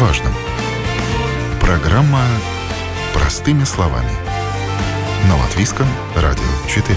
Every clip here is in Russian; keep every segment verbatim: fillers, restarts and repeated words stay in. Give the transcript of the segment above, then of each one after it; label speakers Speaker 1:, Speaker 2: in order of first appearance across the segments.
Speaker 1: важном. Программа «Простыми словами» на Латвийском радио четыре.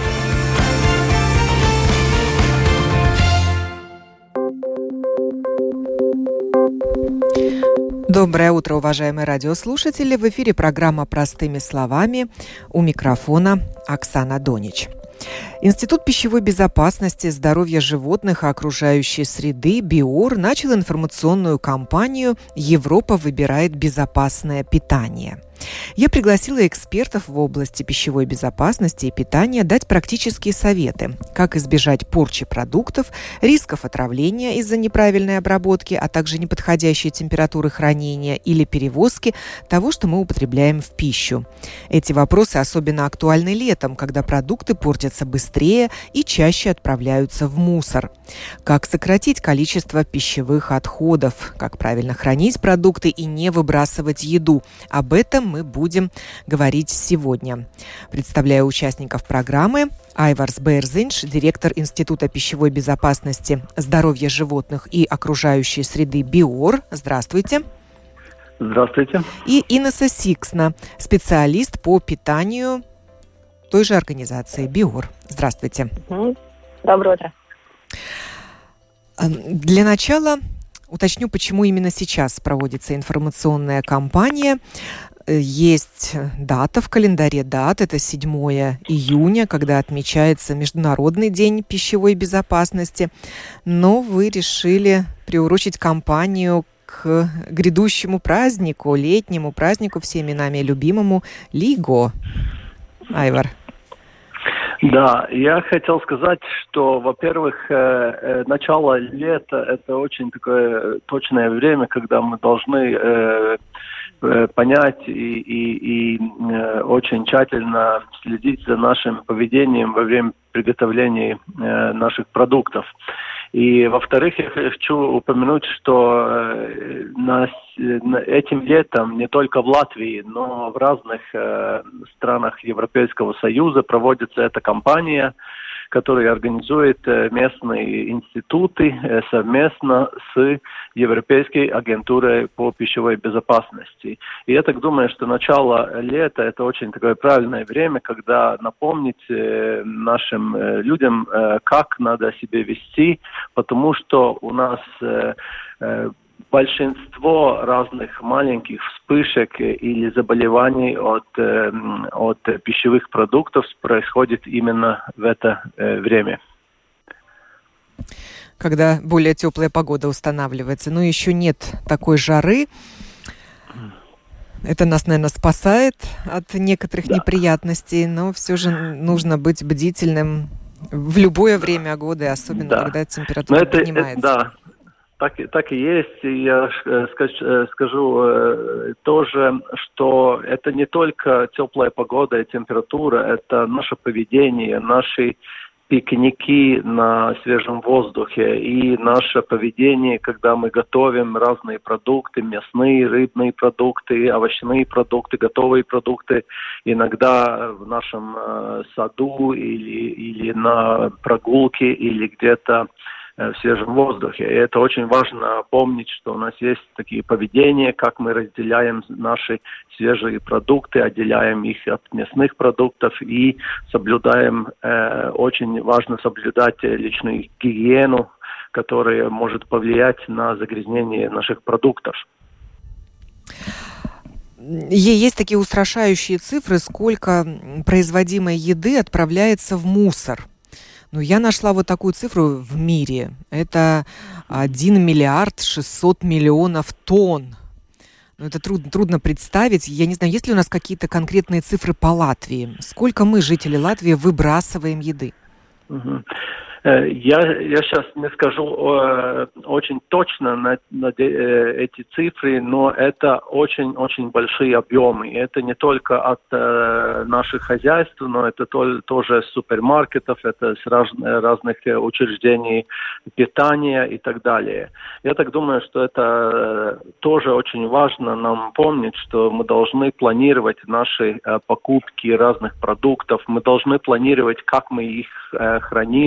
Speaker 2: Доброе утро, уважаемые радиослушатели! В эфире программа «Простыми словами». У микрофона Оксана Донич. Институт пищевой безопасности, здоровья животных и окружающей среды БИОР начал информационную кампанию «Европа выбирает безопасное питание». Я пригласила экспертов в области пищевой безопасности и питания дать практические советы, как избежать порчи продуктов, рисков отравления из-за неправильной обработки, а также неподходящей температуры хранения или перевозки того, что мы употребляем в пищу. Эти вопросы особенно актуальны летом, когда продукты портятся быстрее и чаще отправляются в мусор. Как сократить количество пищевых отходов, как правильно хранить продукты и не выбрасывать еду. Об этом мы будем говорить сегодня. Представляю участников программы. Айварс Бērziņš, директор Института пищевой безопасности, здоровья животных и окружающей среды БИОР. Здравствуйте.
Speaker 3: Здравствуйте.
Speaker 2: И Инесса Сиксна, специалист по питанию той же организации БИОР. Здравствуйте.
Speaker 4: Доброе утро.
Speaker 2: Для начала уточню, почему именно сейчас проводится информационная кампания. Есть дата в календаре дат, это седьмое июня, когда отмечается Международный день пищевой безопасности. Но вы решили приурочить кампанию к грядущему празднику, летнему празднику, всеми нами любимому Лиго. Айвар.
Speaker 3: Да, я хотел сказать, что, во-первых, э, э, начало лета – это очень такое точное время, когда мы должны э, э, понять и, и, и э, очень тщательно следить за нашим поведением во время приготовления э, наших продуктов. И, во-вторых, я хочу упомянуть, что э, на, на этим летом не только в Латвии, но в разных э, странах Европейского Союза проводится эта кампания, которую организуют э, местные институты э, совместно с Европейской агентурой по пищевой безопасности. И я так думаю, что начало лета – это очень такое правильное время, когда напомнить э, нашим э, людям, э, как надо себя вести, потому что у нас э, э, большинство разных маленьких вспышек или заболеваний от, э, от пищевых продуктов происходит именно в это э, время.
Speaker 2: Когда более теплая погода устанавливается, но еще нет такой жары. Это нас, наверное, спасает от некоторых да. неприятностей, но все же нужно быть бдительным в любое время года, особенно да. когда температура
Speaker 3: это,
Speaker 2: поднимается.
Speaker 3: Это, да. Так, так и есть. И я скажу, скажу тоже, что это не только теплая погода и температура, это наше поведение, наши пикники на свежем воздухе и наше поведение, когда мы готовим разные продукты, мясные, рыбные продукты, овощные продукты, готовые продукты, иногда в нашем э, саду или, или на прогулке, или где-то в свежем воздухе. И это очень важно помнить, что у нас есть такие поведения, как мы разделяем наши свежие продукты, отделяем их от мясных продуктов и соблюдаем, э, очень важно соблюдать личную гигиену, которая может повлиять на загрязнение наших продуктов.
Speaker 2: Есть такие устрашающие цифры, сколько производимой еды отправляется в мусор. Ну, я нашла вот такую цифру в мире. Это один миллиард шестьсот миллионов тонн. Ну, это трудно, трудно представить. Я не знаю, есть ли у нас какие-то конкретные цифры по Латвии? Сколько мы, жители Латвии, выбрасываем еды?
Speaker 3: Угу. Я, я сейчас не скажу э, очень точно на, на де, э, эти цифры, но это очень-очень большие объемы. Это не только от э, наших хозяйств, но это то, тоже с супермаркетов, это с раз, разных учреждений питания и так далее. Я так думаю, что это э, тоже очень важно нам помнить, что мы должны планировать наши э, покупки разных продуктов, мы должны планировать, как мы их э, храним,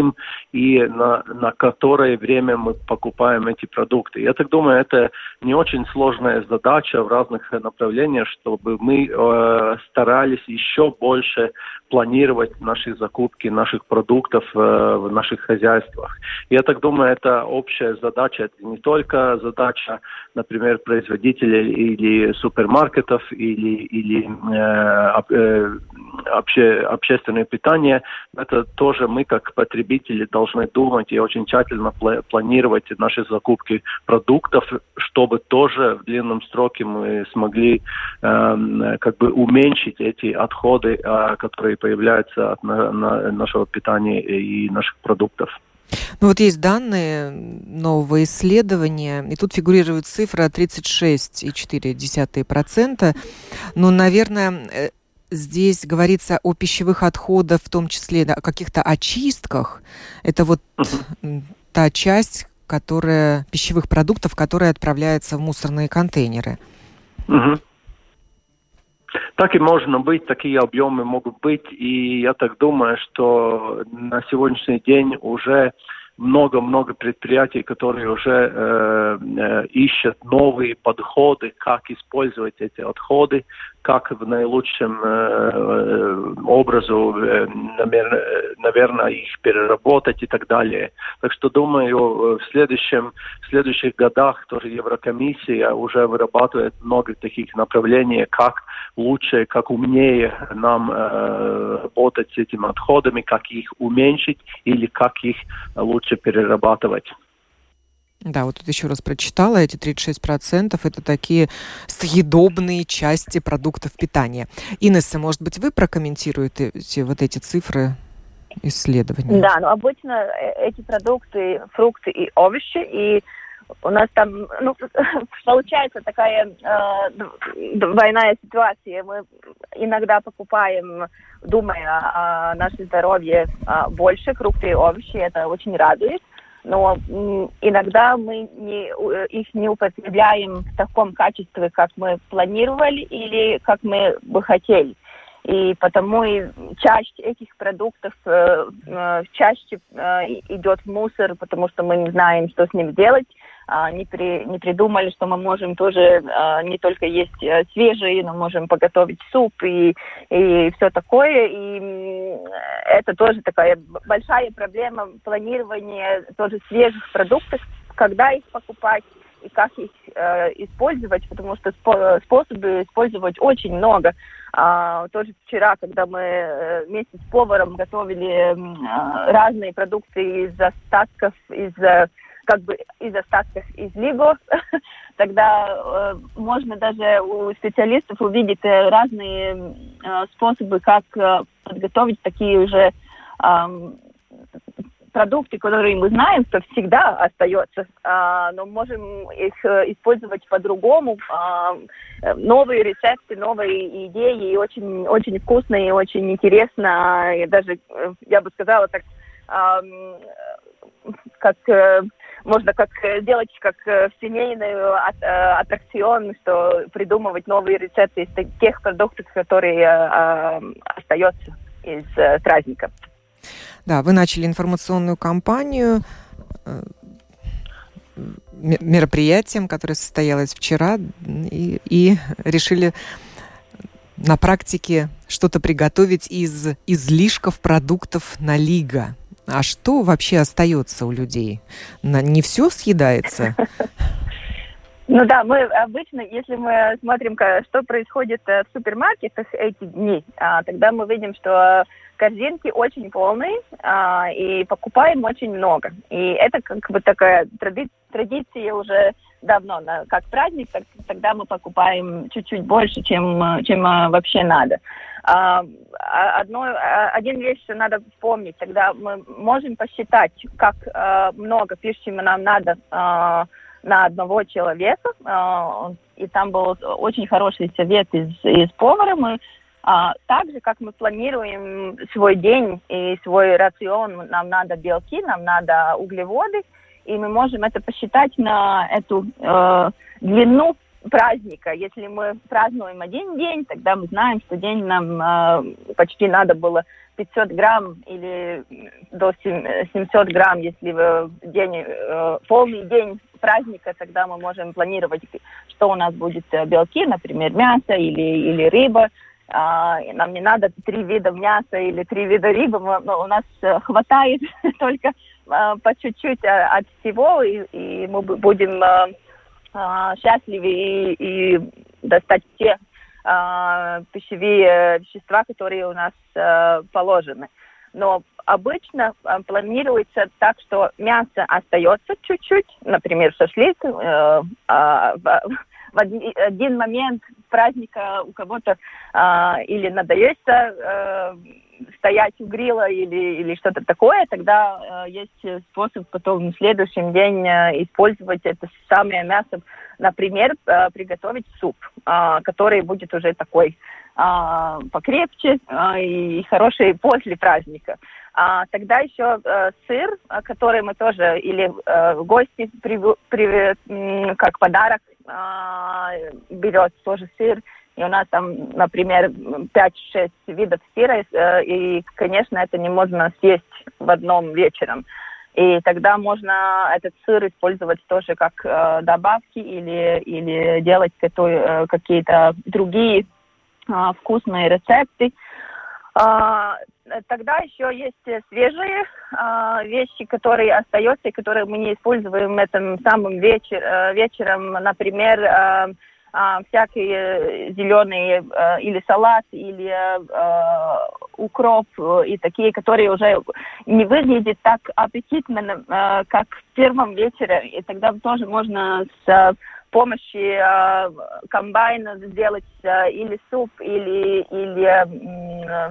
Speaker 3: и на, на которое время мы покупаем эти продукты. Я так думаю, это не очень сложная задача в разных направлениях, чтобы мы э, старались еще больше планировать наши закупки наших продуктов э, в наших хозяйствах. Я так думаю, это общая задача, это не только задача, например, производителей или супермаркетов, или, или э, э, обще, общественное питание. Это тоже мы, как потребители, должны думать и очень тщательно пла- планировать наши закупки продуктов, чтобы тоже в длинном сроке мы смогли э, как бы уменьшить эти отходы, э, которые появляются от на, на нашего питания и наших продуктов.
Speaker 2: Ну вот есть данные нового исследования, и тут фигурирует цифра тридцать шесть целых четыре десятых процента. Но, наверное, здесь говорится о пищевых отходах, в том числе о каких-то очистках. Это вот uh-huh. та часть, которая, пищевых продуктов, которая отправляется в мусорные контейнеры.
Speaker 3: Uh-huh. Так и можно быть, такие объемы могут быть, и я так думаю, что на сегодняшний день уже много-много предприятий, которые уже э, э, ищут новые подходы, как использовать эти отходы, как в наилучшем э, образу, э, наверное, их переработать и так далее. Так что, думаю, в, следующем, в следующих годах тоже Еврокомиссия уже вырабатывает много таких направлений, как лучше, как умнее нам э, работать с этими отходами, как их уменьшить или как их лучше перерабатывать.
Speaker 2: Да, вот тут еще раз прочитала, эти тридцать шесть процентов это такие съедобные части продуктов питания. Инесса, может быть, вы прокомментируете вот эти цифры исследования?
Speaker 4: Да, ну обычно эти продукты, фрукты и овощи, и у нас там, ну, получается такая э, двойная ситуация. Мы иногда покупаем, думая о нашем здоровье, больше фрукты и овощи, это очень радует. Но м, иногда мы не, их не употребляем в таком качестве, как мы планировали или как мы бы хотели. И потому и часть этих продуктов э, э, чаще э, идет в мусор, потому что мы не знаем, что с ним делать. Э, не, при, не придумали, что мы можем тоже э, не только есть э, свежие, но можем приготовить суп и, и все такое. И э, это тоже такая большая проблема планирования тоже свежих продуктов, когда их покупать и как их э, использовать, потому что спо- способы использовать очень много. А, тоже вчера, когда мы э, вместе с поваром готовили э, разные продукты из остатков, из э, как бы из остатков из Лего, тогда э, можно даже у специалистов увидеть э, разные э, способы, как э, подготовить такие уже э, продукты, которые мы знаем, что всегда остается, а, но можем их использовать по-другому. А, новые рецепты, новые идеи, и очень, очень вкусно и очень интересно. И даже, я бы сказала, так, а, как можно как делать как семейный аттракцион, что придумывать новые рецепты из тех продуктов, которые а, остаются из праздника.
Speaker 2: Да, вы начали информационную кампанию э, мероприятием, которое состоялось вчера, и, и решили на практике что-то приготовить из излишков продуктов на Лига. А что вообще остается у людей? Не все съедается?
Speaker 4: Ну да, мы обычно, если мы смотрим, что происходит в супермаркетах эти дни, тогда мы видим, что корзинки очень полные, а, и покупаем очень много. И это как бы такая тради- традиция уже давно. На, как праздник, так, тогда мы покупаем чуть-чуть больше, чем, чем а, вообще надо. А, одно, один вещь, что надо помнить, тогда мы можем посчитать, как а, много пищи нам надо а, на одного человека. А, и там был очень хороший совет из, из повара. Мы А, так же, как мы планируем свой день и свой рацион, нам надо белки, нам надо углеводы, и мы можем это посчитать на эту э, длину праздника. Если мы празднуем один день, тогда мы знаем, что день нам э, почти надо было пятьсот грамм или до семьсот грамм. Если в день, э, полный день праздника, тогда мы можем планировать, что у нас будет белки, например, мясо или, или рыба. А, нам не надо три вида мяса или три вида рыбы, мы, ну, у нас хватает только а, по чуть-чуть от всего, и, и мы будем а, а, счастливы и, и достать те а, пищевые вещества, которые у нас а, положены. Но обычно а, планируется так, что мясо остается чуть-чуть, например, шашлык, э, а, в, в один, один момент праздника у кого-то а, или надоест а, стоять у грила или, или что-то такое, тогда а, есть способ потом в следующий день а, использовать это самое мясо, например, а, приготовить суп, а, который будет уже такой а, покрепче а, и хороший после праздника. А тогда еще э, сыр, который мы тоже или э, гости при, при, м, как подарок э, берет тоже сыр. И у нас там, например, пять-шесть видов сыра, э, и, конечно, это не можно съесть в одном вечером. И тогда можно этот сыр использовать тоже как э, добавки или, или делать э, какие-то другие э, вкусные рецепты. Э, Тогда еще есть свежие а, вещи, которые остаются и которые мы не используем этим самым вечер, вечером. Например, а, а, всякие зеленые а, или салат, или а, укроп, и такие, которые уже не выглядят так аппетитно, а, как в первом вечере. И тогда тоже можно с помощью а, комбайна сделать а, или суп, или... или а,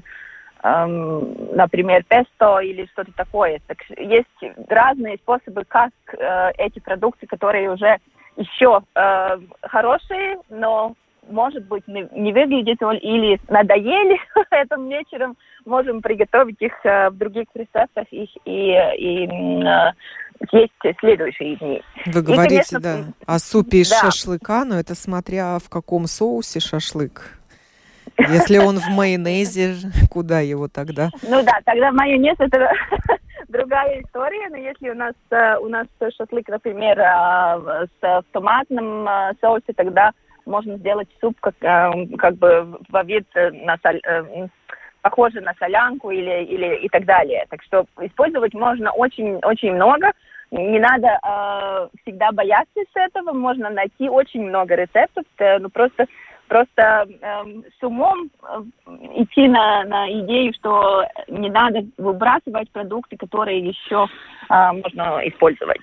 Speaker 4: например, песто или что-то такое. Так, есть разные способы, как э, эти продукты, которые уже еще э, хорошие, но, может быть, не, не выглядят или надоели этим вечером, можем приготовить их э, в других рецептах и, и, и э, есть следующие дни.
Speaker 2: Вы говорите,
Speaker 4: и, конечно,
Speaker 2: да, о супе из
Speaker 4: да.
Speaker 2: шашлыка, но это смотря в каком соусе шашлык. Если он в майонезе, куда его тогда?
Speaker 4: Ну да, тогда майонез это другая история, но если у нас у нас шашлык, например, с томатным соусом, тогда можно сделать суп как как бы во вид на соль, похоже на солянку или или и так далее. Так что использовать можно очень очень много. Не надо э, всегда бояться с этого, можно найти очень много рецептов, э, ну просто Просто э, с умом э, идти на, на идею, что не надо выбрасывать продукты, которые еще э, можно использовать.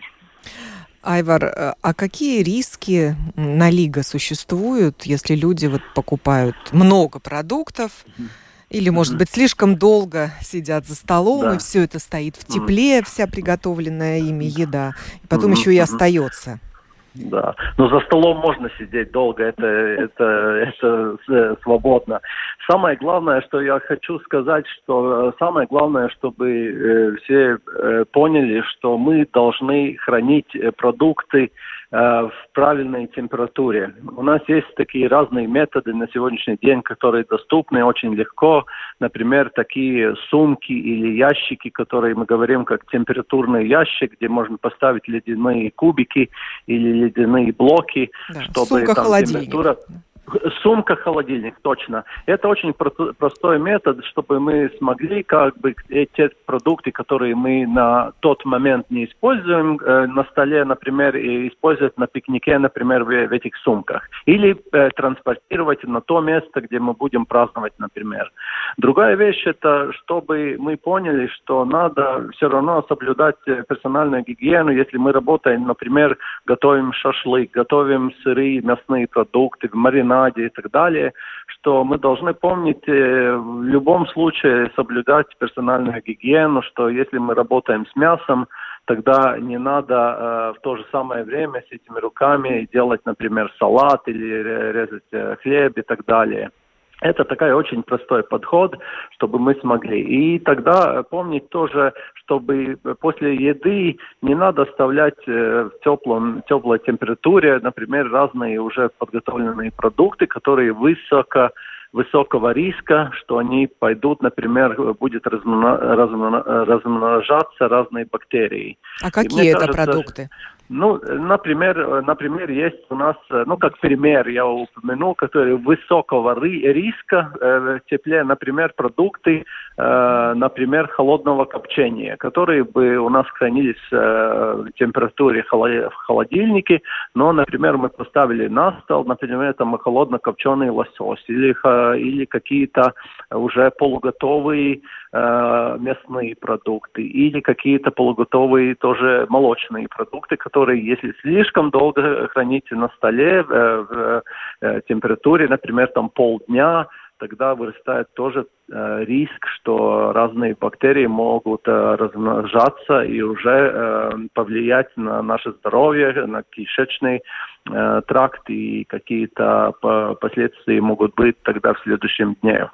Speaker 2: Айвар, а какие риски налига существуют, если люди вот покупают много продуктов или, может быть, слишком долго сидят за столом, да. и все это стоит в тепле, вся приготовленная ими еда, и потом mm-hmm. еще и остается?
Speaker 3: Да, но за столом можно сидеть долго, это, это, это свободно. Самое главное, что я хочу сказать, что самое главное, чтобы э, все э, поняли, что мы должны хранить продукты э, в правильной температуре. У нас есть такие разные методы на сегодняшний день, которые доступны очень легко. Например, такие сумки или ящики, которые мы говорим как температурный ящик, где можно поставить ледяные кубики или ледяные блоки,
Speaker 2: да,
Speaker 3: чтобы
Speaker 2: сумка-холодильник.
Speaker 3: Температура... Сумка-холодильник, точно. Это очень про- простой метод, чтобы мы смогли как бы эти продукты, которые мы на тот момент не используем э, на столе, например, и использовать на пикнике, например, в, в этих сумках. Или э, транспортировать на то место, где мы будем праздновать, например. Другая вещь, это чтобы мы поняли, что надо все равно соблюдать персональную гигиену, если мы работаем, например, готовим шашлык, готовим сырые мясные продукты, в маринаде и так далее, что мы должны помнить э, в любом случае соблюдать персональную гигиену, что если мы работаем с мясом, тогда не надо э, в то же самое время с этими руками делать, например, салат или резать э, хлеб и так далее. Это такой очень простой подход, чтобы мы смогли. И тогда помнить тоже, чтобы после еды не надо оставлять в теплом, теплой температуре, например, разные уже подготовленные продукты, которые высоко высокого риска, что они пойдут, например, будет размно, размно, размножаться разные бактерии.
Speaker 2: А какие это кажется, продукты?
Speaker 3: Ну, например, например, есть у нас, ну, как пример я упомянул, которые высокого риска э, в тепле, например, продукты, э, например, холодного копчения, которые бы у нас хранились э, в температуре в холодильнике, но, например, мы поставили на стол, например, там холодно-копченый лосось или, или какие-то уже полуготовые э, мясные продукты или какие-то полуготовые тоже молочные продукты, которые, если слишком долго хранить на столе э, в э, температуре, например, там полдня, тогда вырастает тоже э, риск, что разные бактерии могут э, размножаться и уже э, повлиять на наше здоровье, на кишечный э, тракт, и какие-то по- последствия могут быть тогда в следующем дне.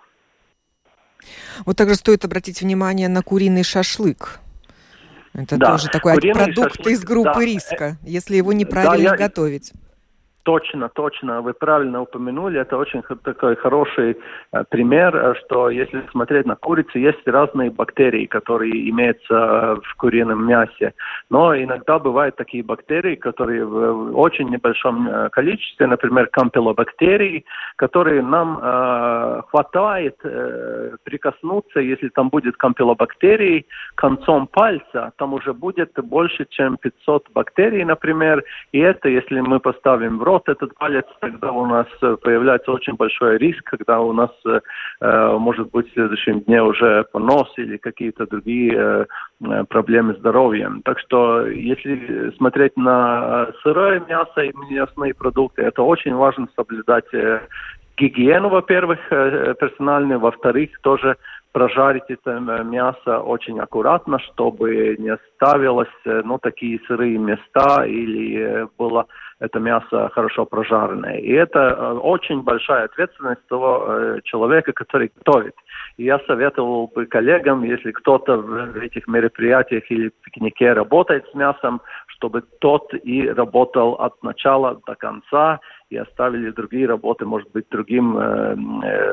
Speaker 2: Вот также стоит обратить внимание на куриный шашлык. Это да. тоже такой Куриный продукт шашлык, из группы да. риска, если его неправильно да, я... готовить.
Speaker 3: Точно, точно, вы правильно упомянули, это очень такой хороший э, пример, что если смотреть на курицу, есть разные бактерии, которые имеются в курином мясе, но иногда бывают такие бактерии, которые в очень небольшом количестве, например, кампилобактерии, которые нам э, хватает э, прикоснуться, если там будет кампилобактерий, концом пальца, там уже будет больше, чем пятьсот бактерий, например, и это, если мы поставим в рот этот палец, тогда у нас появляется очень большой риск, когда у нас э, может быть в следующем дне уже понос или какие-то другие э, проблемы с здоровьем. Так что если смотреть на сырое мясо и мясные продукты, это очень важно соблюдать э, гигиену, во-первых, э, персональную, во-вторых, тоже прожарить это мясо очень аккуратно, чтобы не оставилось ну, такие сырые места или было это мясо хорошо прожаренное. И это очень большая ответственность того человека, который готовит. И я советовал бы коллегам, если кто-то в этих мероприятиях или пикнике работает с мясом, чтобы тот и работал от начала до конца, и оставили другие работы, может быть, другим, э, э,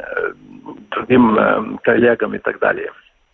Speaker 3: другим э, коллегам и так далее.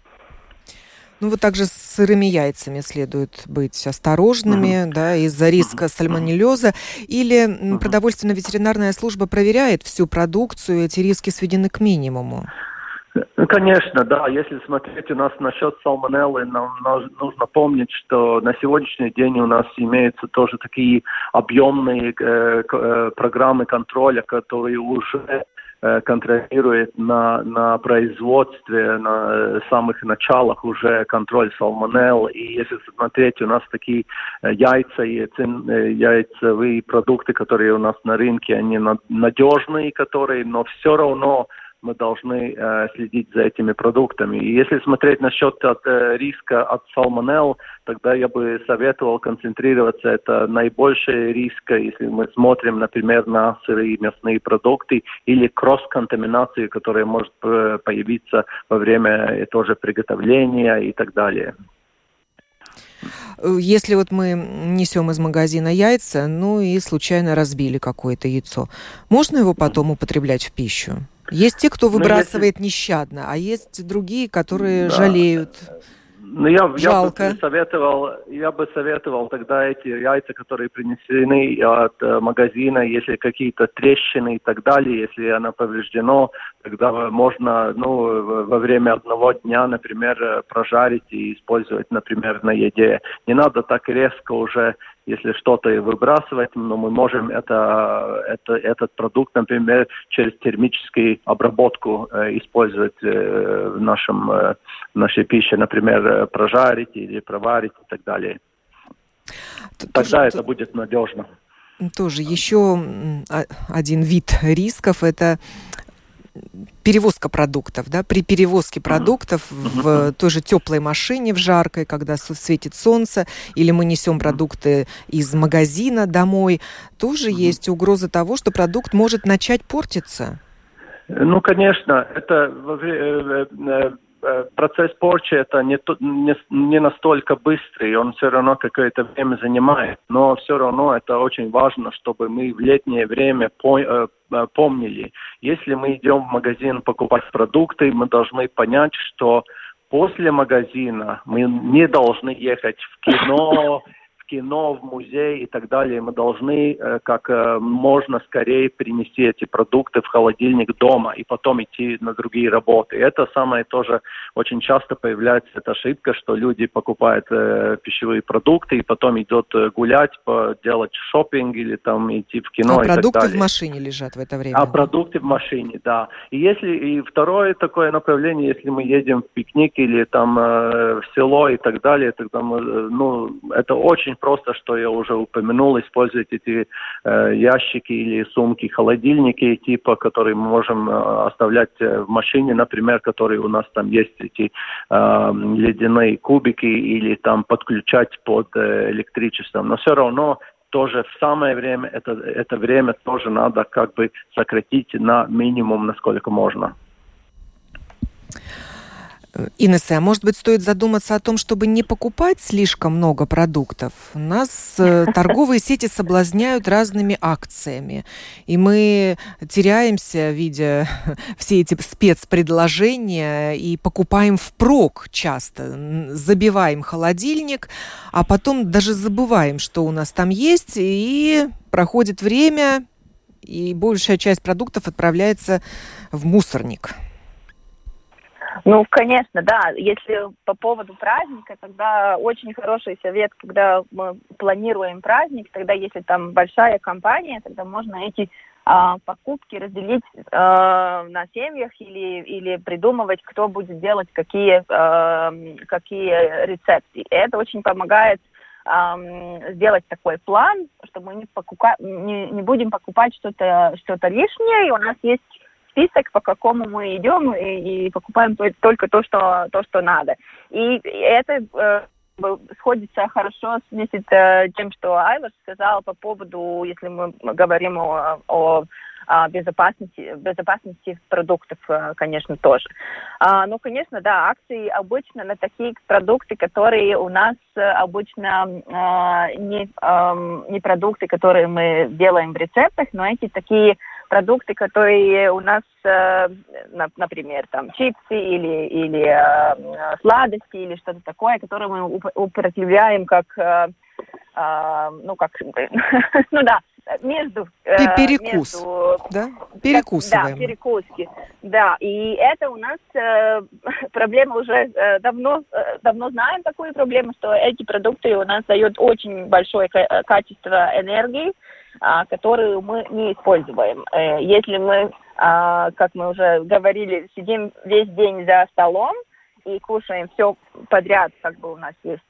Speaker 2: Ну, вот также с сырыми яйцами следует быть осторожными, mm-hmm. да, из-за риска mm-hmm. сальмонеллеза. Или mm-hmm. продовольственно-ветеринарная служба проверяет всю продукцию, эти риски сведены к минимуму?
Speaker 3: Ну, конечно, да. Если смотреть у нас насчет сальмонеллы, нам нужно помнить, что на сегодняшний день у нас имеются тоже такие объемные э, э, программы контроля, которые уже э, контролируют на, на производстве, на самых началах уже контроль сальмонелл. И если смотреть, у нас такие э, яйца и э, яйцевые продукты, которые у нас на рынке, они надежные, которые, но все равно мы должны э, следить за этими продуктами. И если смотреть насчет от, э, риска от сальмонелл, тогда я бы советовал концентрироваться. Это наибольший риск, если мы смотрим, например, на сырые мясные продукты или кросс-контаминацию, которая может э, появиться во время э, тоже приготовления и так далее.
Speaker 2: Если вот мы несем из магазина яйца, ну и случайно разбили какое-то яйцо, можно его потом употреблять в пищу? Есть те, кто выбрасывает если... нещадно, а есть другие, которые да. жалеют.
Speaker 3: Ну, я,
Speaker 2: Жалко.
Speaker 3: Я бы советовал, я бы советовал тогда эти яйца, которые принесены от э, магазина, если какие-то трещины и так далее, если оно повреждено, тогда можно ну, во время одного дня, например, прожарить и использовать, например, на еде. Не надо так резко уже, если что-то выбрасывать, но мы можем это, это, этот продукт, например, через термическую обработку э, использовать э, в, нашем, э, в нашей пище, например, прожарить или проварить и так далее. Тогда тоже, это будет надежно.
Speaker 2: Тоже еще один вид рисков – это перевозка продуктов, да, при перевозке продуктов mm-hmm. в той же теплой машине, в жаркой, когда светит солнце, или мы несем продукты из магазина домой, тоже mm-hmm. есть угроза того, что продукт может начать портиться.
Speaker 3: Ну, конечно, это процесс порчи это не, не, не настолько быстрый, он все равно какое-то время занимает, но все равно это очень важно, чтобы мы в летнее время помнили. Если мы идем в магазин покупать продукты, мы должны понять, что после магазина мы не должны ехать в кино, кино, в музей и так далее. Мы должны э, как э, можно скорее принести эти продукты в холодильник дома и потом идти на другие работы. И это самое тоже очень часто появляется эта ошибка, что люди покупают э, пищевые продукты и потом идут э, гулять, по, делать шопинг или там идти в кино
Speaker 2: а
Speaker 3: и так далее.
Speaker 2: А продукты в машине лежат в это время.
Speaker 3: А продукты в машине, да. И если и второе такое направление, если мы едем в пикник или там э, в село и так далее, тогда мы, ну, это очень просто, что я уже упомянул, использовать эти э, ящики или сумки, холодильники, типа, которые мы можем э, оставлять в машине, например, которые у нас там есть эти э, ледяные кубики или там подключать под э, электричеством. Но все равно тоже в самое время, это, это время тоже надо как бы сократить на минимум, насколько можно.
Speaker 2: Инесса, а может быть, стоит задуматься о том, чтобы не покупать слишком много продуктов? Нас э, торговые сети соблазняют разными акциями, и мы теряемся, видя все эти спецпредложения, и покупаем впрок часто, забиваем холодильник, а потом даже забываем, что у нас там есть, и проходит время, и большая часть продуктов отправляется в мусорник.
Speaker 4: Ну, конечно, да. Если по поводу праздника, тогда очень хороший совет, когда мы планируем праздник, тогда если там большая компания, тогда можно эти а, покупки разделить а, на семьях или, или придумывать, кто будет делать какие, а, какие рецепты. И это очень помогает а, сделать такой план, что мы не, покука... не, не будем покупать что-то, что-то лишнее, и у нас есть список, по какому мы идем и, и покупаем только то, что, то, что надо. И это э, сходится хорошо с тем, что Айвар сказал по поводу, если мы говорим о, о, о безопасности, безопасности продуктов, конечно, тоже. А, ну, конечно, да, акции обычно на такие продукты, которые у нас обычно э, не, э, не продукты, которые мы делаем в рецептах, но эти такие продукты, которые у нас, э, например, там чипсы или, или э, сладости или что-то такое, которые мы употребляем как, э, э, ну как, ну да, между... Э,
Speaker 2: Перекус,
Speaker 4: между,
Speaker 2: да? Перекусываем.
Speaker 4: Да, перекуски, да. И это у нас э, проблема уже э, давно, э, давно знаем такую проблему, что эти продукты у нас дают очень большое качество энергии, которую мы не используем. Если мы, как мы уже говорили, сидим весь день за столом и кушаем все подряд, как бы у нас есть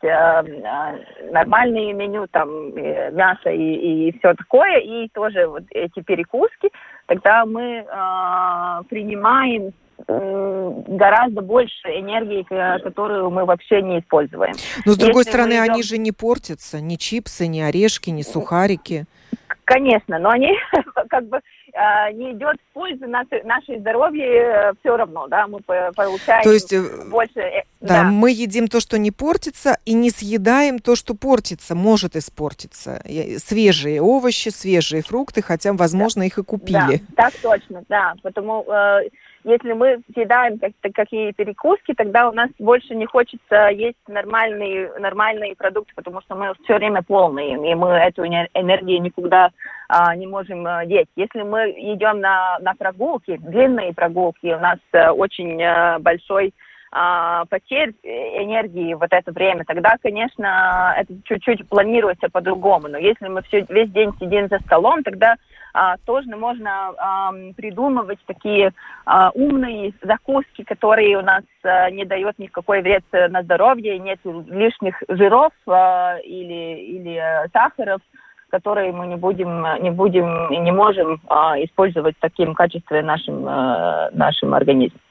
Speaker 4: нормальное меню, там мясо и, и все такое, и тоже вот эти перекуски, тогда мы принимаем гораздо больше энергии, которую мы вообще не используем.
Speaker 2: Но, с другой Если стороны,
Speaker 4: идем...
Speaker 2: они же не портятся, ни чипсы, ни орешки, ни сухарики.
Speaker 4: Конечно, но они как бы э, не идет в пользу нашей, нашей здоровью э, все равно, да, мы получаем
Speaker 2: то есть,
Speaker 4: больше... Э,
Speaker 2: да,
Speaker 4: да,
Speaker 2: мы едим то, что не портится, и не съедаем то, что портится, может испортиться. Свежие овощи, свежие фрукты, хотя, возможно, да. их и купили.
Speaker 4: Да, так точно, да, потому... Э, Если мы съедаем какие перекуски, тогда у нас больше не хочется есть нормальные, нормальные продукты, потому что мы все время полные, и мы эту энергию никуда а, не можем а, деть. Если мы идем на, на прогулки, длинные прогулки, у нас а, очень а, большой а, потерь энергии в это время, тогда, конечно, это чуть-чуть планируется по-другому. Но если мы все, весь день сидим за столом, тогда а, тоже можно а, придумывать такие а, умные закуски, которые у нас а, не дают никакой вред на здоровье, нет лишних жиров а, или, или сахаров, которые мы не будем, не будем и не можем а, использовать в таким качестве нашим, а, нашим организмом.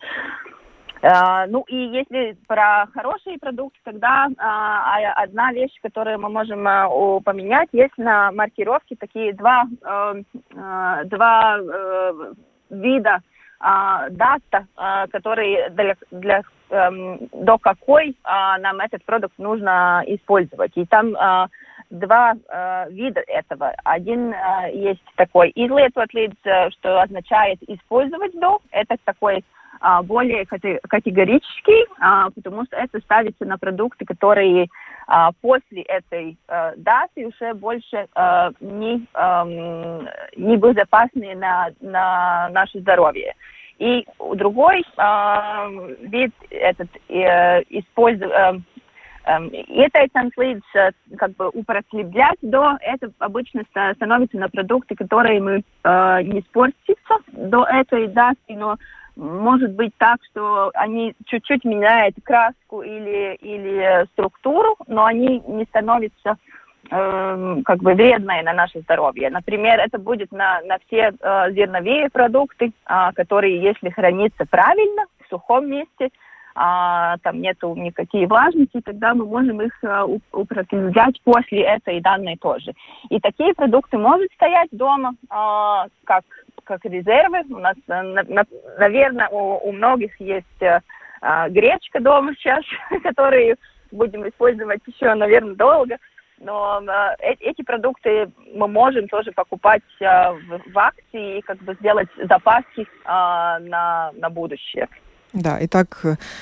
Speaker 4: Uh, ну и если про хорошие продукты, тогда uh, одна вещь, которую мы можем uh, поменять, есть на маркировке такие два, uh, uh, два uh, вида а, дата, а, который для, для а, до какой а, нам этот продукт нужно использовать. И там а, два а, вида этого. Один а, есть такой излietot līdz, что означает использовать до. Это такой а, более категорический, а, потому что это ставится на продукты, которые а, после этой а, даты уже больше а, не, а, не безопасны на, на наше здоровье. И другой а, вид этот э, использовать э, ieteicams līdz как бы употреблять до, это обычно становится на продукты, которые мы э, не испортятся до этой даты, но может быть так, что они чуть-чуть меняют краску или, или структуру, но они не становятся э, как бы вредные на наше здоровье. Например, это будет на, на все э, зерновые продукты, э, которые, если хранятся правильно, в сухом месте, а, там нету никакой влажности, тогда мы можем их а, употреблять после этой данной тоже. И такие продукты могут стоять дома а, как, как резервы. У нас, на, на, наверное, у, у многих есть а, гречка дома сейчас, которую будем использовать еще, наверное, долго. Но а, э, эти продукты мы можем тоже покупать а, в, в акции и как бы сделать запаски а, на, на будущее.
Speaker 2: Да, итак,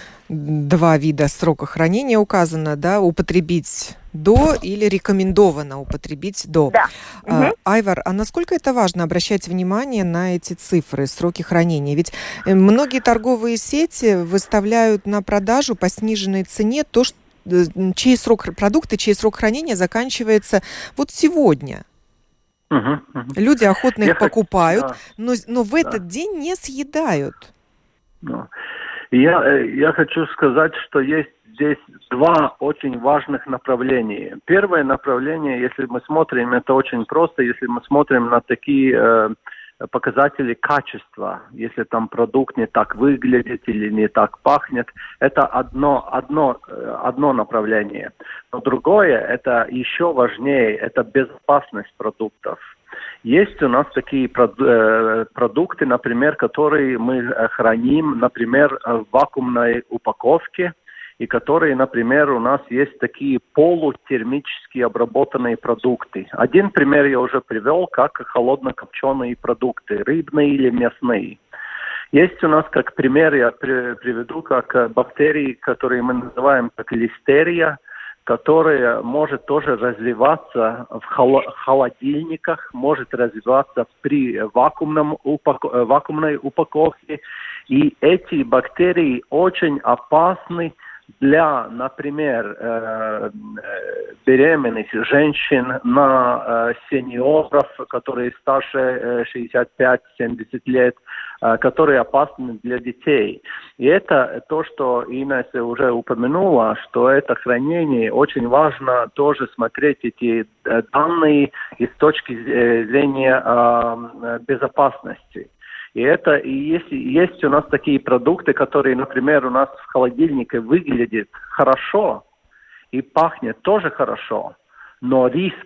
Speaker 2: два вида срока хранения указано, да, употребить до или рекомендовано употребить до.
Speaker 4: Да.
Speaker 2: А,
Speaker 4: угу.
Speaker 2: Айвар, а насколько это важно обращать внимание на эти цифры, сроки хранения? Ведь многие торговые сети выставляют на продажу по сниженной цене то, что, чей срок продукты, чей срок хранения заканчивается вот сегодня.
Speaker 3: Угу, угу.
Speaker 2: Люди охотно их Я покупают,
Speaker 3: хочу...
Speaker 2: но, но в этот
Speaker 3: да.
Speaker 2: день не съедают.
Speaker 3: Ну, я, я хочу сказать, что есть здесь два очень важных направления. Первое направление, если мы смотрим, это очень просто, если мы смотрим на такие э, показатели качества, если там продукт не так выглядит или не так пахнет, это одно, одно, одно направление. Но другое, это еще важнее, это безопасность продуктов. Есть у нас такие продукты, например, которые мы храним, например, в вакуумной упаковке, и которые, например, у нас есть такие полутермически обработанные продукты. Один пример я уже привел, как холодно-копченые продукты, рыбные или мясные. Есть у нас, как пример, я приведу, как бактерии, которые мы называем как листерия, которая может тоже развиваться в холодильниках, может развиваться при вакуумном упак... вакуумной упаковке. И эти бактерии очень опасны для, например, беременных женщин, на сеньоров, которые старше шестьдесят пять - семьдесят лет, которые опасны для детей. И это то, что Инесс уже упомянула, что это хранение очень важно тоже смотреть эти данные и с точки зрения безопасности. И это и есть, есть у нас такие продукты, которые, например, у нас в холодильнике выглядят хорошо и пахнет тоже хорошо, но риск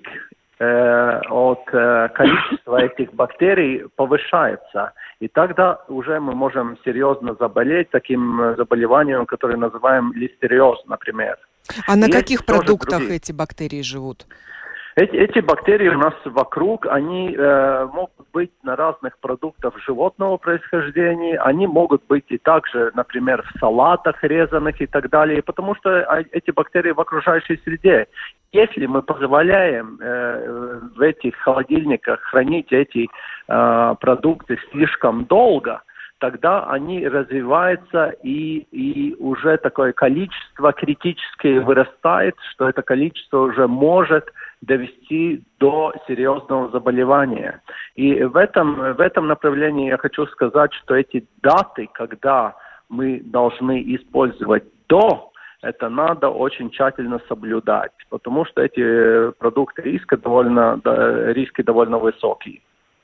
Speaker 3: э, от э, количества этих бактерий повышается. И тогда уже мы можем серьезно заболеть таким заболеванием, которое называем листериоз, например.
Speaker 2: А на есть каких продуктах другие. Эти бактерии живут?
Speaker 3: Эти, эти бактерии у нас вокруг, они э, могут быть на разных продуктах животного происхождения, они могут быть и также, например, в салатах резаных и так далее, потому что эти бактерии в окружающей среде. Если мы позволяем э, в этих холодильниках хранить эти э, продукты слишком долго, тогда они развиваются, и, и уже такое количество критическое вырастает, что это количество уже может довести до серьезного заболевания. И в этом, в этом направлении я хочу сказать, что эти даты, когда мы должны использовать до, это надо очень тщательно соблюдать, потому что эти продукты риска довольно, риски довольно высокие.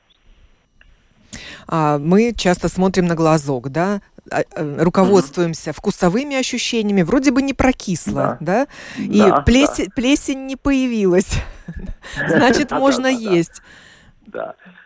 Speaker 2: Мы часто смотрим на глазок, да, руководствуемся mm-hmm. вкусовыми ощущениями, вроде бы не прокисло, да, да? И да, плесень, да. плесень не появилась, значит, можно есть.
Speaker 3: Да.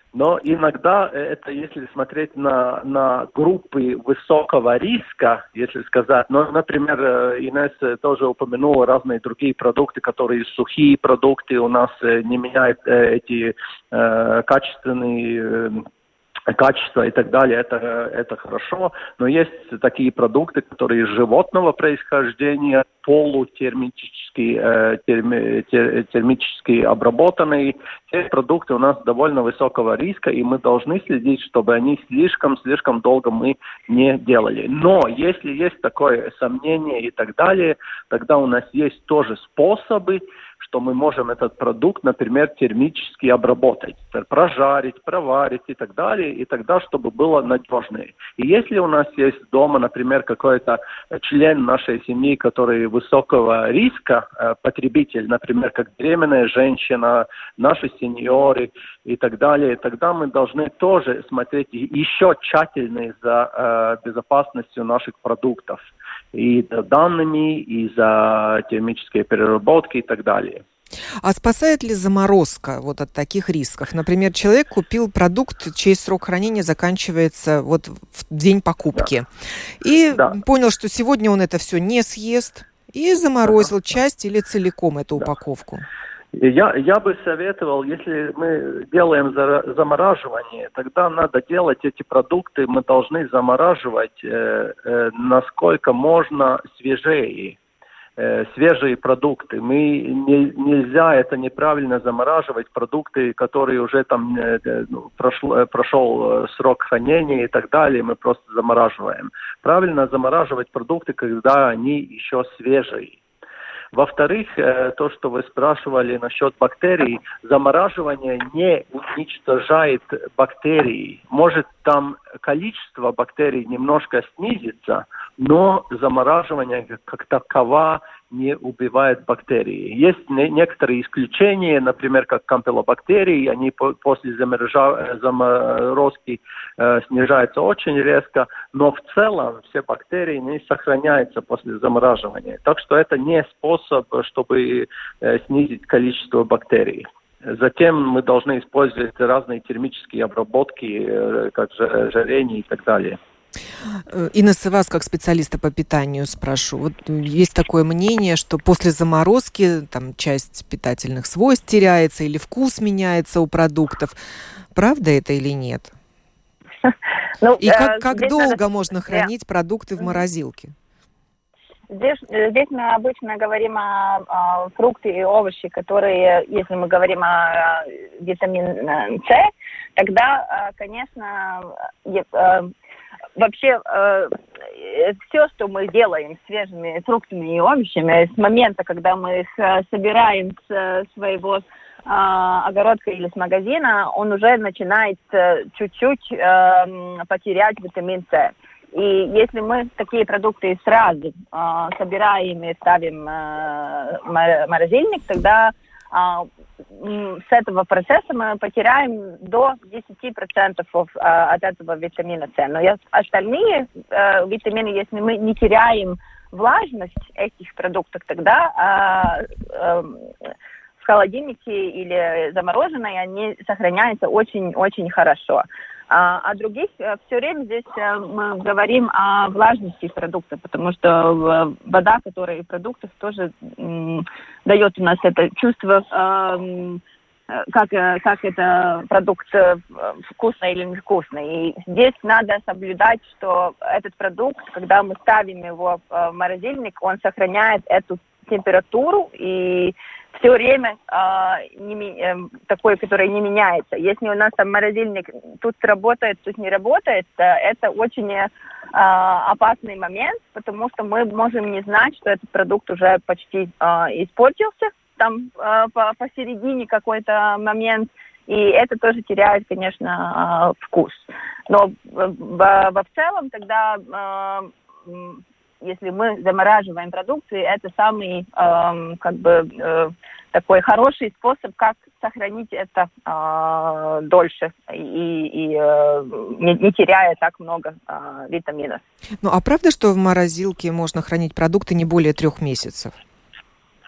Speaker 3: Но иногда это, если смотреть на, на группы высокого риска, если сказать, ну, например, Инесс тоже упомянула разные другие продукты, которые сухие продукты, у нас не меняют эти э, качественные качество и так далее, это, это хорошо, но есть такие продукты, которые животного происхождения, полутермически э, терми, тер, термически обработанные. Те продукты у нас довольно высокого риска, и мы должны следить, чтобы они слишком-слишком долго мы не делали. Но если есть такое сомнение и так далее, тогда у нас есть тоже способы, что мы можем этот продукт, например, термически обработать, прожарить, проварить и так далее, и тогда, чтобы было надежнее. И если у нас есть дома, например, какой-то член нашей семьи, который высокого риска, э, потребитель, например, как беременная женщина, наши сеньоры и так далее, тогда мы должны тоже смотреть еще тщательнее за э, безопасностью наших продуктов. И за данными, и за термические переработки и так далее.
Speaker 2: А спасает ли заморозка вот от таких рисков? Например, человек купил продукт, чей срок хранения заканчивается вот в день покупки. Да. И да. понял, что сегодня он это все не съест, и заморозил ага. часть или целиком эту да. упаковку.
Speaker 3: Я, я бы советовал, если мы делаем за, замораживание, тогда надо делать эти продукты, мы должны замораживать э, э, насколько можно свежее, э, свежие продукты. Мы не, нельзя это неправильно замораживать, продукты, которые уже там э, ну, прошло, прошел срок хранения и так далее, мы просто замораживаем. Правильно замораживать продукты, когда они еще свежие. Во-вторых, то, что вы спрашивали насчет бактерий, замораживание не уничтожает бактерии. Может, там количество бактерий немножко снизится, но замораживание как таково не убивает бактерии. Есть не- некоторые исключения, например, как кампилобактерии, они по- после заморожа- заморозки э, снижаются очень резко, но в целом все бактерии не сохраняются после замораживания. Так что это не способ, чтобы э, снизить количество бактерий. Затем мы должны использовать разные термические обработки, э, как жарение и так далее.
Speaker 2: Инесс, вас как специалиста по питанию спрошу. Вот есть такое мнение, что после заморозки там часть питательных свойств теряется или вкус меняется у продуктов. Правда это или нет? Ну, и как, как долго надо... можно хранить продукты в морозилке?
Speaker 4: Здесь, здесь мы обычно говорим о, о фруктах и овощах, которые, если мы говорим о витамине С, тогда, конечно, вообще все, что мы делаем с свежими фруктами и овощами, с момента, когда мы их собираем с своего огородка или с магазина, он уже начинает чуть-чуть потерять витамин С. И если мы такие продукты сразу э, собираем и ставим э, в морозильник, тогда э, с этого процесса мы потеряем до десять процентов от этого витамина С. Но остальные э, витамины, если мы не теряем влажность этих продуктов, тогда э, э, в холодильнике или замороженные они сохраняются очень-очень хорошо. А, а других все время здесь мы говорим о влажности продукта, потому что вода, которая в продуктах, тоже м, дает у нас это чувство, э, как, как это продукт вкусный или невкусный. И здесь надо соблюдать, что этот продукт, когда мы ставим его в морозильник, он сохраняет эту температуру и все время э, не, э, такой, который не меняется. Если у нас там морозильник тут работает, тут не работает, это очень э, опасный момент, потому что мы можем не знать, что этот продукт уже почти э, испортился, там э, по, посередине какой-то момент, и это тоже теряет, конечно, э, вкус. Но в, в, в целом тогда... Э, если мы замораживаем продукцию, это самый э, как бы э, такой хороший способ, как сохранить это э, дольше и, и э, не, не теряя так много э, витаминов.
Speaker 2: Ну, а правда, что в морозилке можно хранить продукты не более трех месяцев?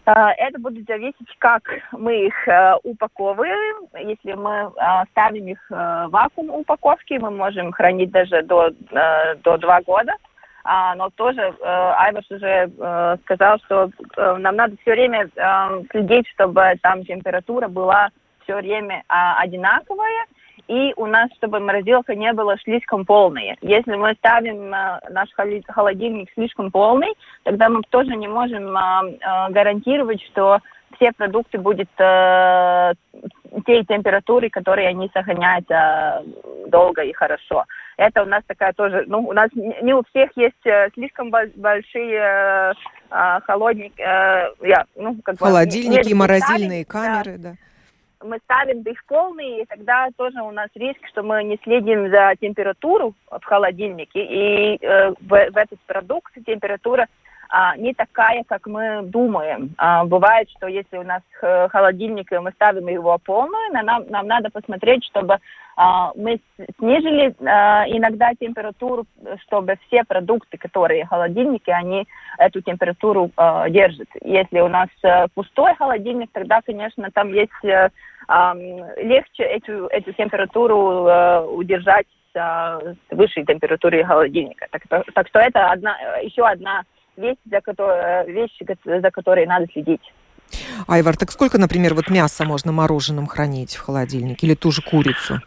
Speaker 4: Это будет зависеть, как мы их э, упаковываем. Если мы э, ставим их э, в вакуум упаковки, мы можем хранить даже до, э, до два года. А, но тоже э, Айварс уже э, сказал, что э, нам надо все время э, следить, чтобы там температура была все время э, одинаковая. И у нас, чтобы морозилка не была слишком полная. Если мы ставим э, наш холодильник слишком полный, тогда мы тоже не можем э, э, гарантировать, что все продукты будут э, те температуры, которые они сохраняются долго и хорошо. Это у нас такая тоже, ну, у нас не у всех есть э, слишком большие э, э, холодники, э, yeah, ну, как
Speaker 2: холодильники,
Speaker 4: бы,
Speaker 2: морозильные камеры, да.
Speaker 4: да. Мы ставим их полные, и тогда тоже у нас риск, что мы не следим за температуру в холодильнике, и э, в, в этот продукт температура а, не такая, как мы думаем. А, бывает, что если у нас холодильник, и мы ставим его полную, нам, нам надо посмотреть, чтобы а, мы снизили а, иногда температуру, чтобы все продукты, которые в холодильнике, они эту температуру а, держат. Если у нас а, пустой холодильник, тогда, конечно, там есть а, а, легче эту, эту температуру а, удержать а, с высшей температурой холодильника. Так, так что это одна, еще одна вещь, за которой, вещи, за которой надо следить.
Speaker 2: Айвар, так сколько, например, вот мясо можно мороженым хранить в холодильнике или ту же курицу?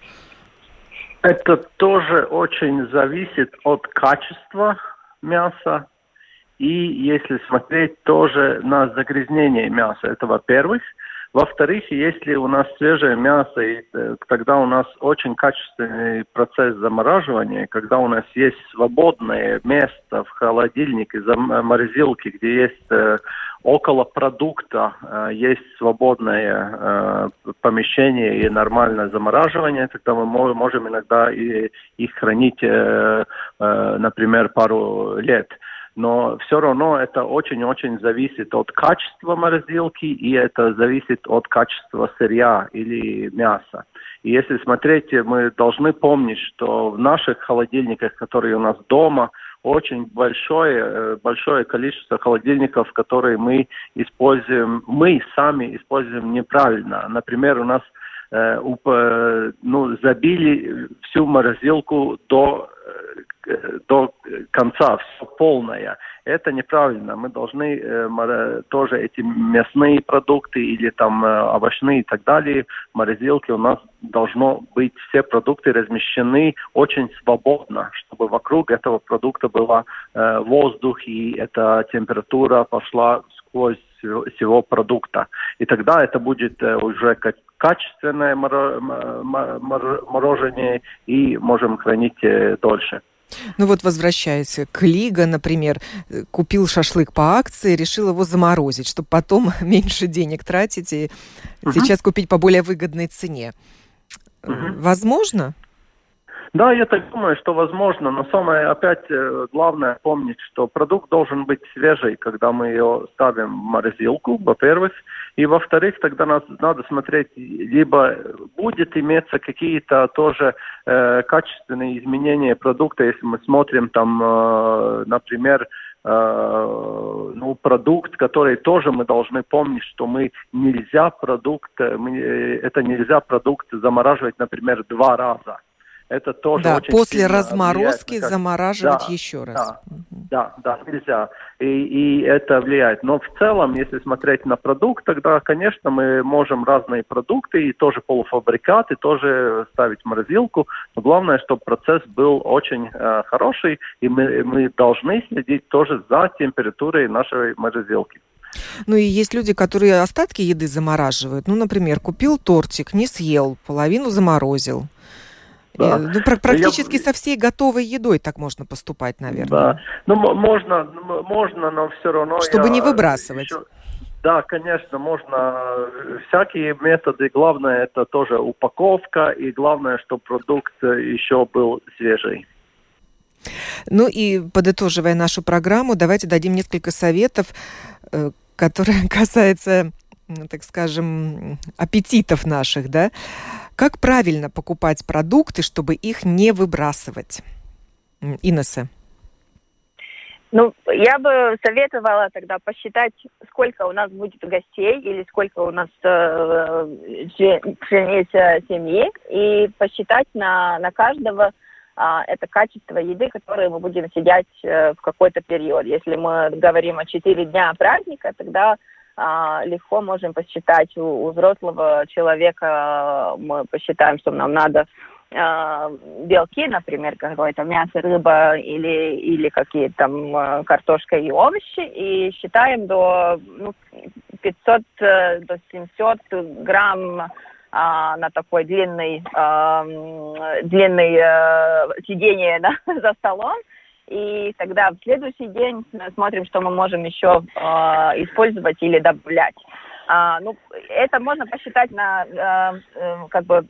Speaker 3: Это тоже очень зависит от качества мяса и, если смотреть, тоже на загрязнение мяса. Это во-первых. Во-вторых, если у нас свежее мясо, и, тогда у нас очень качественный процесс замораживания, когда у нас есть свободное место в холодильнике, в морозилке, где есть э, около продукта, э, есть свободное э, помещение и нормальное замораживание, тогда мы можем иногда и, их хранить, э, э, например, пару лет. Но все равно это очень-очень зависит от качества морозилки, и это зависит от качества сырья или мяса. И если смотреть, мы должны помнить, что в наших холодильниках, которые у нас дома, очень большое, большое количество холодильников, которые мы используем, мы сами используем неправильно. Например, у нас э, уп, э, ну, забили всю морозилку до до конца, все полное. Это неправильно. Мы должны э, тоже эти мясные продукты или там э, овощные и так далее, в морозилке у нас должно быть все продукты размещены очень свободно, чтобы вокруг этого продукта был э, воздух и эта температура пошла сквозь всего продукта. И тогда это будет э, уже как качественное моро- моро- мороженое и можем хранить э, дольше.
Speaker 2: Ну вот, возвращаясь к Лига, например, купил шашлык по акции, решил его заморозить, чтобы потом меньше денег тратить и uh-huh. сейчас купить по более выгодной цене. Uh-huh. Возможно?
Speaker 3: Да, я так думаю, что возможно, но самое опять главное помнить, что продукт должен быть свежий, когда мы его ставим в морозилку, во-первых, и во-вторых, тогда нас, надо смотреть, либо будет иметься какие-то тоже э, качественные изменения продукта, если мы смотрим там, э, например, Uh, ну, продукт, который тоже мы должны помнить, что мы нельзя продукт, мы, это нельзя продукт замораживать, например, два раза. Это тоже
Speaker 2: да,
Speaker 3: очень
Speaker 2: после
Speaker 3: сильно
Speaker 2: разморозки
Speaker 3: влияет,
Speaker 2: замораживать
Speaker 3: да,
Speaker 2: еще раз.
Speaker 3: Да, да, да, нельзя. И, и это влияет. Но в целом, если смотреть на продукт, тогда, конечно, мы можем разные продукты и тоже полуфабрикаты тоже ставить в морозилку. Но главное, чтобы процесс был очень э, хороший, и мы, мы должны следить тоже за температурой нашей морозилки.
Speaker 2: Ну и есть люди, которые остатки еды замораживают. Ну, например, купил тортик, не съел, половину заморозил. Да. Ну, практически я... со всей готовой едой так можно поступать, наверное.
Speaker 3: Да. Ну, можно, можно, но все равно...
Speaker 2: Чтобы
Speaker 3: я...
Speaker 2: не выбрасывать.
Speaker 3: Еще... Да, конечно, можно всякие методы. Главное, это тоже упаковка, и главное, чтобы продукт еще был свежий.
Speaker 2: Ну и, подытоживая нашу программу, давайте дадим несколько советов, которые касаются, так скажем, аппетитов наших, да? Как правильно покупать продукты, чтобы их не выбрасывать? Инесса.
Speaker 4: Ну, я бы советовала тогда посчитать, сколько у нас будет гостей или сколько у нас э, членов семьи, и посчитать на, на каждого э, это качество еды, которое мы будем съедать э, в какой-то период. Если мы говорим о четыре дня праздника, тогда э, легко можем посчитать у, у взрослого человека, э, мы посчитаем, что нам надо белки, например, какое-то мясо, рыба или, или какие-то там картошка и овощи, и считаем до ну, пятьсот до семьсот грамм а, на такой длинный, а, длинный а, сидение да, за столом. И тогда в следующий день смотрим, что мы можем еще а, использовать или добавлять. А, ну, это можно посчитать на э, э, как бы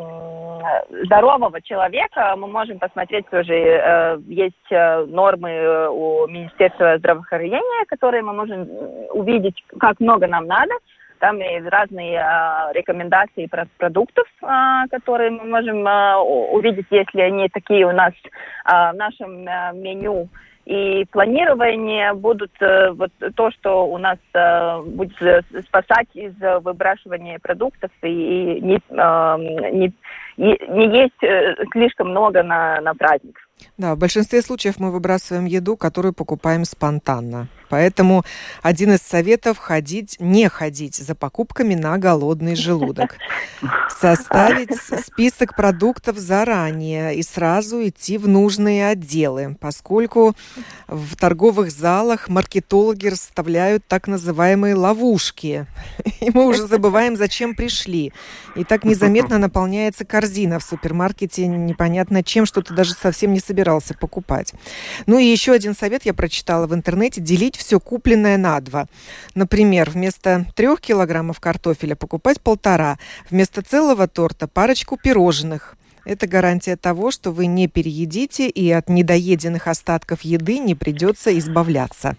Speaker 4: э, здорового человека. Мы можем посмотреть тоже, э, есть э, нормы у Министерства здравоохранения, которые мы можем увидеть, как много нам надо. Там есть разные э, рекомендации про продуктов, э, которые мы можем э, увидеть, если они такие у нас э, в нашем э, меню. И планирование будут э, вот то, что у нас э, будет спасать из выбрасывания продуктов и, и не, э, не, не есть э, слишком много на, на праздник.
Speaker 2: Да, в большинстве случаев мы выбрасываем еду, которую покупаем спонтанно. Поэтому один из советов – ходить, не ходить за покупками на голодный желудок. Составить список продуктов заранее и сразу идти в нужные отделы, поскольку в торговых залах маркетологи расставляют так называемые ловушки. И мы уже забываем, зачем пришли. И так незаметно наполняется корзина в супермаркете непонятно чем, что ты даже совсем не собирался покупать. Ну и еще один совет я прочитала в интернете – делить все купленное на два. Например, вместо трех килограммов картофеля покупать полтора, вместо целого торта парочку пирожных. Это гарантия того, что вы не переедите и от недоеденных остатков еды не придется избавляться.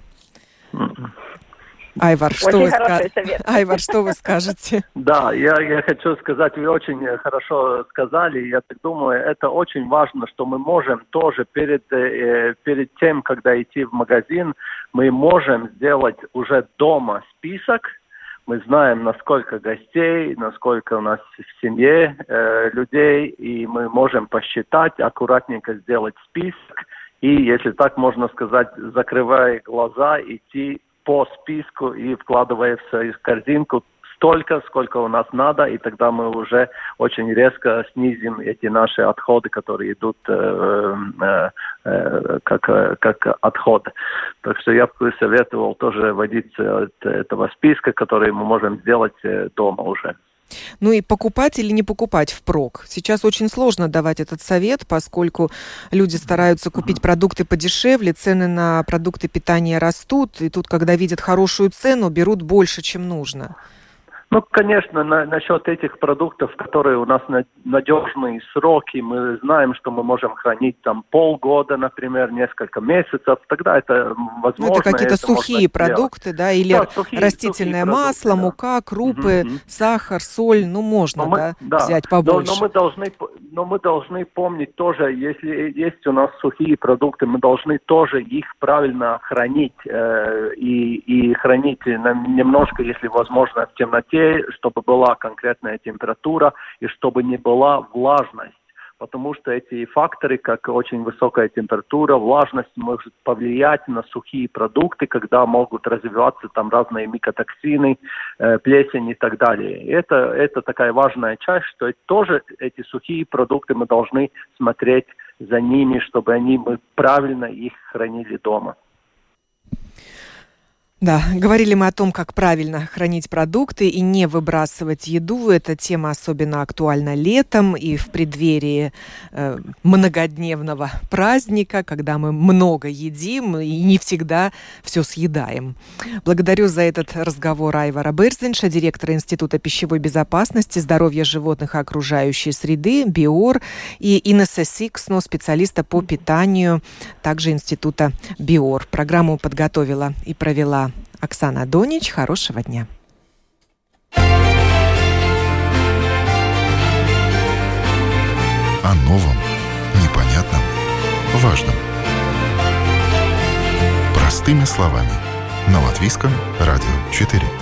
Speaker 2: Айвар, что вы, ска... Айвар, что вы скажете?
Speaker 3: Да, я, я хочу сказать, вы очень хорошо сказали. Я так думаю, это очень важно, что мы можем тоже перед, э, перед тем, когда идти в магазин, мы можем сделать уже дома список. Мы знаем, насколько гостей, насколько у нас в семье э, людей, и мы можем посчитать, аккуратненько сделать список. И, если так можно сказать, закрывая глаза, идти по списку и вкладывая в свою корзинку столько, сколько у нас надо, и тогда мы уже очень резко снизим эти наши отходы, которые идут э, э, э, как, как отход. Так что я бы советовал тоже водиться от этого списка, который мы можем сделать дома уже.
Speaker 2: Ну и покупать или не покупать впрок. Сейчас очень сложно давать этот совет, поскольку люди стараются купить продукты подешевле, цены на продукты питания растут, и тут, когда видят хорошую цену, берут больше, чем нужно.
Speaker 3: Ну, конечно, на, насчет этих продуктов, которые у нас на, надежные сроки, мы знаем, что мы можем хранить там полгода, например, несколько месяцев, тогда это возможно.
Speaker 2: Ну, это какие-то это сухие продукты, сделать. Да, или да, сухие, растительное сухие масло, продукты, мука, крупы, mm-hmm. сахар, соль, ну, можно, мы, да, да, взять побольше.
Speaker 3: Но, но, мы должны, но мы должны помнить тоже, если есть у нас сухие продукты, мы должны тоже их правильно хранить, э, и, и хранить немножко, если возможно, в темноте, чтобы была конкретная температура и чтобы не была влажность. Потому что эти факторы, как очень высокая температура, влажность, может повлиять на сухие продукты, когда могут развиваться там разные микотоксины, э, плесень и так далее. И это, это такая важная часть, что это тоже эти сухие продукты мы должны смотреть за ними, чтобы они, мы правильно их хранили дома.
Speaker 2: Да, говорили мы о том, как правильно хранить продукты и не выбрасывать еду. Эта тема особенно актуальна летом и в преддверии э, многодневного праздника, когда мы много едим и не всегда все съедаем. Благодарю за этот разговор Айвара Берзинша, директора Института пищевой безопасности, здоровья животных и окружающей среды, БИОР, и Инесса Сиксно, специалиста по питанию, также Института БИОР. Программу подготовила и провела Оксана Донич. Хорошего дня.
Speaker 1: О новом, непонятном, важном. Простыми словами. На Латвийском радио четыре.